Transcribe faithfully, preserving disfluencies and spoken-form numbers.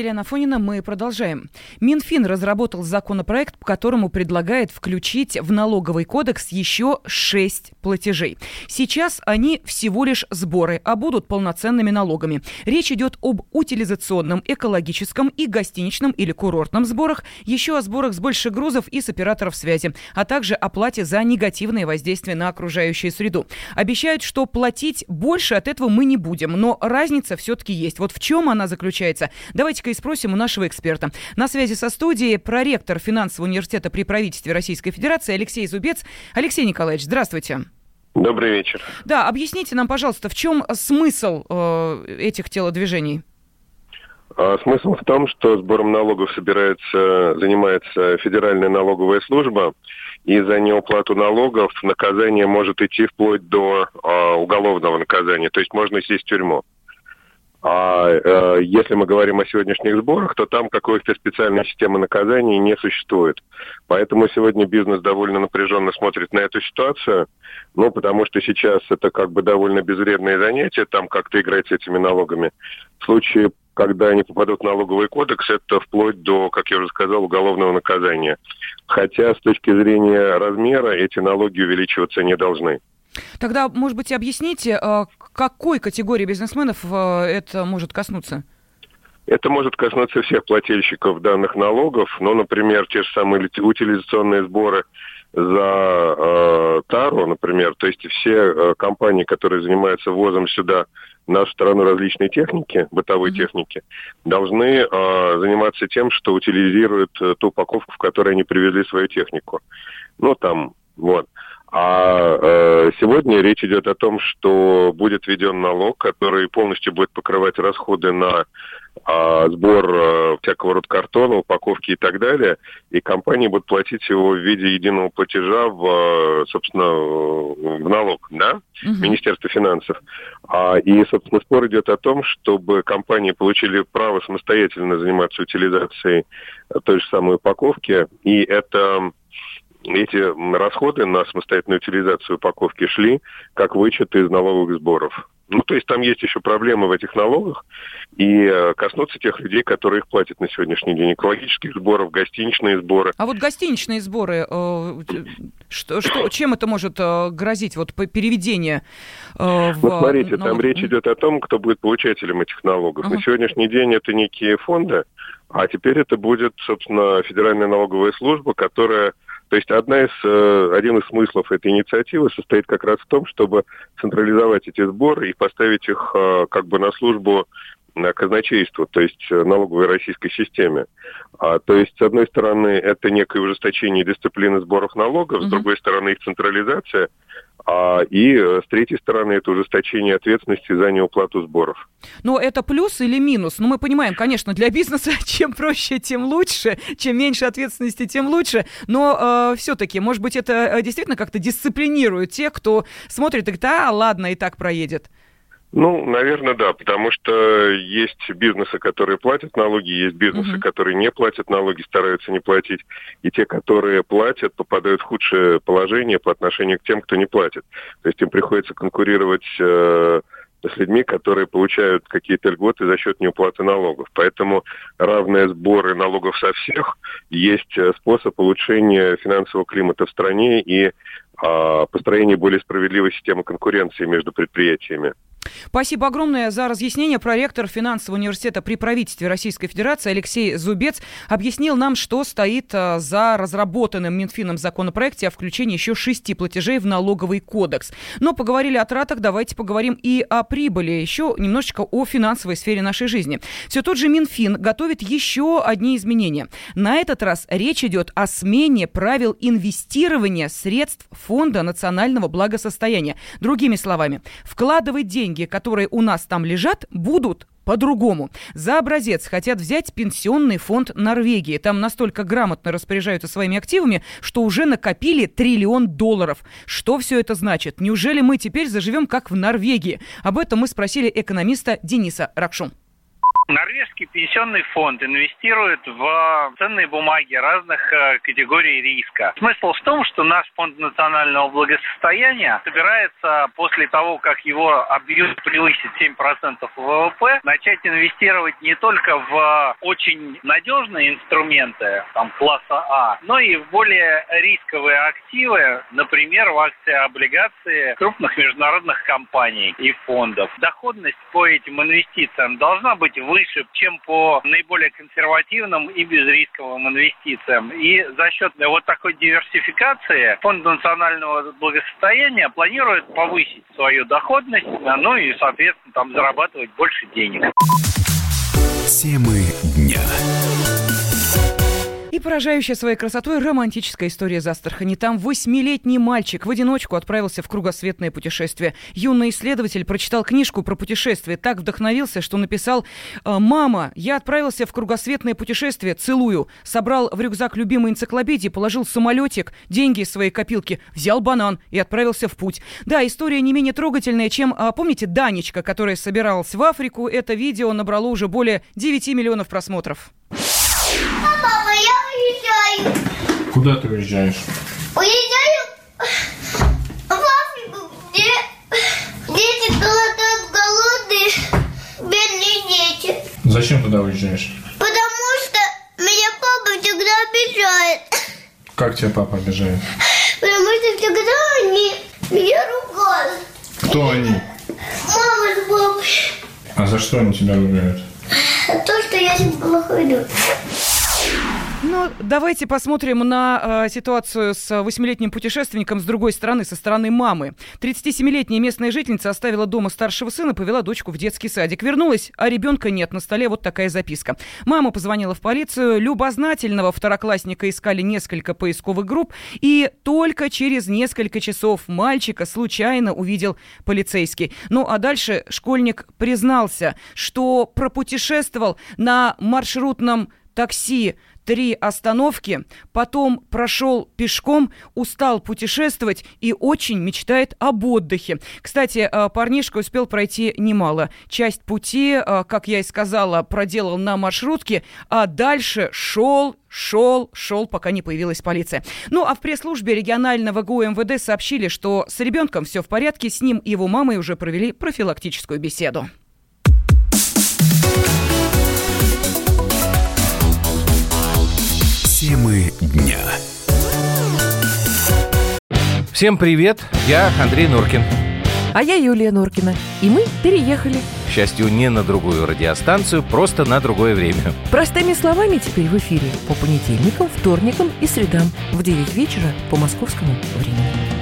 Елена Афонина, мы продолжаем. Минфин разработал законопроект, по которому предлагает включить в налоговый кодекс еще шесть платежей. Сейчас они всего лишь сборы, а будут полноценными налогами. Речь идет об утилизационном, экологическом и гостиничном или курортном сборах, еще о сборах с больших грузов и с операторов связи, а также оплате за негативное воздействие на окружающую среду. Обещают, что платить больше от этого мы не будем, но разница все-таки есть. Вот в чем она заключается? Давайте-ка и спросим у нашего эксперта. На связи со студией проректор финансового университета при правительстве Российской Федерации Алексей Зубец. Алексей Николаевич, здравствуйте. Добрый вечер. Да, объясните нам, пожалуйста, в чем смысл э, этих телодвижений? А, смысл в том, что сбором налогов собирается, занимается Федеральная налоговая служба, и за неуплату налогов наказание может идти вплоть до а, уголовного наказания, то есть можно сесть в тюрьму. А э, если мы говорим о сегодняшних сборах, то там какой-то специальной системы наказаний не существует. Поэтому сегодня бизнес довольно напряженно смотрит на эту ситуацию, ну, потому что сейчас это как бы довольно безвредное занятие, там как-то играть с этими налогами. В случае, когда они попадут в налоговый кодекс, это вплоть до, как я уже сказал, уголовного наказания. Хотя с точки зрения размера эти налоги увеличиваться не должны. Тогда, может быть, объясните, какой категории бизнесменов это может коснуться? Это может коснуться всех плательщиков данных налогов, ну, например, те же самые утилизационные сборы за э, тару, например, то есть все э, компании, которые занимаются ввозом сюда в нашу страну различной техники, бытовой mm-hmm. техники, должны э, заниматься тем, что утилизируют э, ту упаковку, в которой они привезли свою технику. Ну, там, вот. А э, сегодня речь идет о том, что будет введен налог, который полностью будет покрывать расходы на э, сбор э, всякого рода картона, упаковки и так далее, и компании будут платить его в виде единого платежа в, собственно, в налог, да, uh-huh. Министерство финансов. А, и, собственно, спор идет о том, чтобы компании получили право самостоятельно заниматься утилизацией той же самой упаковки, и это... Эти расходы на самостоятельную утилизацию упаковки шли как вычет из налоговых сборов. Ну, то есть там есть еще проблемы в этих налогах, и э, коснуться тех людей, которые их платят на сегодняшний день. Экологических сборов, гостиничные сборы. А вот гостиничные сборы, э, что, что, чем это может э, грозить, вот по переведению э, в... Ну, смотрите, налог... там речь идет о том, кто будет получателем этих налогов. Uh-huh. На сегодняшний день это некие фонды, а теперь это будет, собственно, Федеральная налоговая служба, которая... То есть одна из, один из смыслов этой инициативы состоит как раз в том, чтобы централизовать эти сборы и поставить их как бы на службу казначейству, то есть налоговой российской системе. А, то есть, с одной стороны, это некое ужесточение дисциплины сборов налогов, mm-hmm. с другой стороны, их централизация, а, и с третьей стороны, это ужесточение ответственности за неуплату сборов. Но это плюс или минус? Ну, мы понимаем, конечно, для бизнеса чем проще, тем лучше, чем меньше ответственности, тем лучше, но э, все-таки, может быть, это действительно как-то дисциплинирует тех, кто смотрит и говорит, а, ладно, и так проедет. Ну, наверное, да, потому что есть бизнесы, которые платят налоги, есть бизнесы, uh-huh. которые не платят налоги, стараются не платить, и те, которые платят, попадают в худшее положение по отношению к тем, кто не платит. То есть им приходится конкурировать э, с людьми, которые получают какие-то льготы за счет неуплаты налогов. Поэтому равные сборы налогов со всех есть способ улучшения финансового климата в стране и э, построения более справедливой системы конкуренции между предприятиями. Спасибо огромное за разъяснение. Проректор финансового университета при правительстве Российской Федерации Алексей Зубец объяснил нам, что стоит за разработанным Минфином законопроекте о включении еще шести платежей в налоговый кодекс. Но поговорили о тратах, давайте поговорим и о прибыли, еще немножечко о финансовой сфере нашей жизни. Все тот же Минфин готовит еще одни изменения. На этот раз речь идет о смене правил инвестирования средств Фонда национального благосостояния. Другими словами, вкладывать деньги, которые у нас там лежат, будут по-другому. За образец хотят взять пенсионный фонд Норвегии. Там настолько грамотно распоряжаются своими активами, что уже накопили триллион долларов. Что все это значит? Неужели мы теперь заживем как в Норвегии? Об этом мы спросили экономиста Дениса Ракшу. Норвежский пенсионный фонд инвестирует в ценные бумаги разных категорий риска. Смысл в том, что наш фонд национального благосостояния собирается после того, как его объем превысит семь процентов ВВП, начать инвестировать не только в очень надежные инструменты там, класса А, но и в более рисковые активы, например, в акции, облигации крупных международных компаний и фондов. Доходность по этим инвестициям должна быть выше, чем по наиболее консервативным и безрисковым инвестициям. И за счет вот такой диверсификации Фонд национального благосостояния планирует повысить свою доходность, ну и, соответственно, там зарабатывать больше денег. Темы дня. И поражающая своей красотой романтическая история из Астрахани. Там восьмилетний мальчик в одиночку отправился в кругосветное путешествие. Юный исследователь прочитал книжку про путешествие, так вдохновился, что написал: «Мама, я отправился в кругосветное путешествие, целую». Собрал в рюкзак любимой энциклопедии, положил самолетик, деньги из своей копилки, взял банан и отправился в путь. Да, история не менее трогательная, чем, помните, Данечка, которая собиралась в Африку. Это видео набрало уже более девяти миллионов просмотров. Папа, я уезжаю. Куда ты уезжаешь? Уезжаю в Африку, где дети голодают, голодные, бедные дети. Зачем туда уезжаешь? Потому что меня папа всегда обижает. Как тебя папа обижает? Потому что всегда они меня ругают. Кто они? Мама с папой. А за что они тебя ругают? То, что я себя плохо веду. Ну, давайте посмотрим на э, ситуацию с восьмилетним путешественником с другой стороны, со стороны мамы. тридцатисемилетняя местная жительница оставила дома старшего сына, повела дочку в детский садик. Вернулась, а ребенка нет. На столе вот такая записка. Мама позвонила в полицию. Любознательного второклассника искали несколько поисковых групп. И только через несколько часов мальчика случайно увидел полицейский. Ну, а дальше школьник признался, что пропутешествовал на маршрутном такси три остановки, потом прошел пешком, устал путешествовать и очень мечтает об отдыхе. Кстати, парнишка успел пройти немало. Часть пути, как я и сказала, проделал на маршрутке, а дальше шел, шел, шел, пока не появилась полиция. Ну, а в пресс-службе регионального ГУ МВД сообщили, что с ребенком все в порядке, с ним и его мамой уже провели профилактическую беседу. Темы дня. Всем привет, я Андрей Норкин. А я Юлия Норкина. И мы переехали. К счастью, не на другую радиостанцию, просто на другое время. Простыми словами теперь в эфире по понедельникам, вторникам и средам в девять вечера по московскому времени.